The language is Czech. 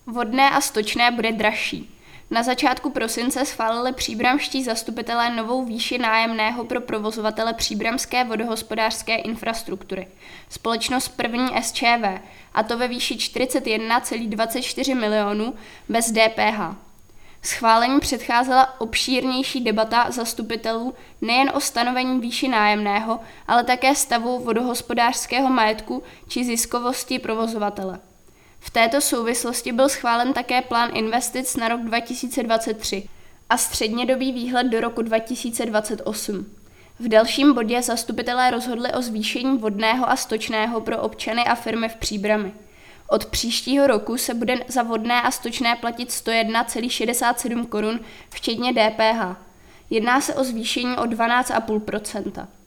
Vodné a stočné bude dražší. Na začátku prosince schválili příbramští zastupitelé novou výši nájemného pro provozovatele příbramské vodohospodářské infrastruktury, společnost První SČV, a to ve výši 41,24 milionů bez DPH. Schválení předcházela obšírnější debata zastupitelů nejen o stanovení výši nájemného, ale také stavu vodohospodářského majetku či ziskovosti provozovatele. V této souvislosti byl schválen také plán investic na rok 2023 a střednědobý výhled do roku 2028. V dalším bodě zastupitelé rozhodli o zvýšení vodného a stočného pro občany a firmy v Příbrami. Od příštího roku se bude za vodné a stočné platit 101,67 korun včetně DPH. Jedná se o zvýšení o 12,5%.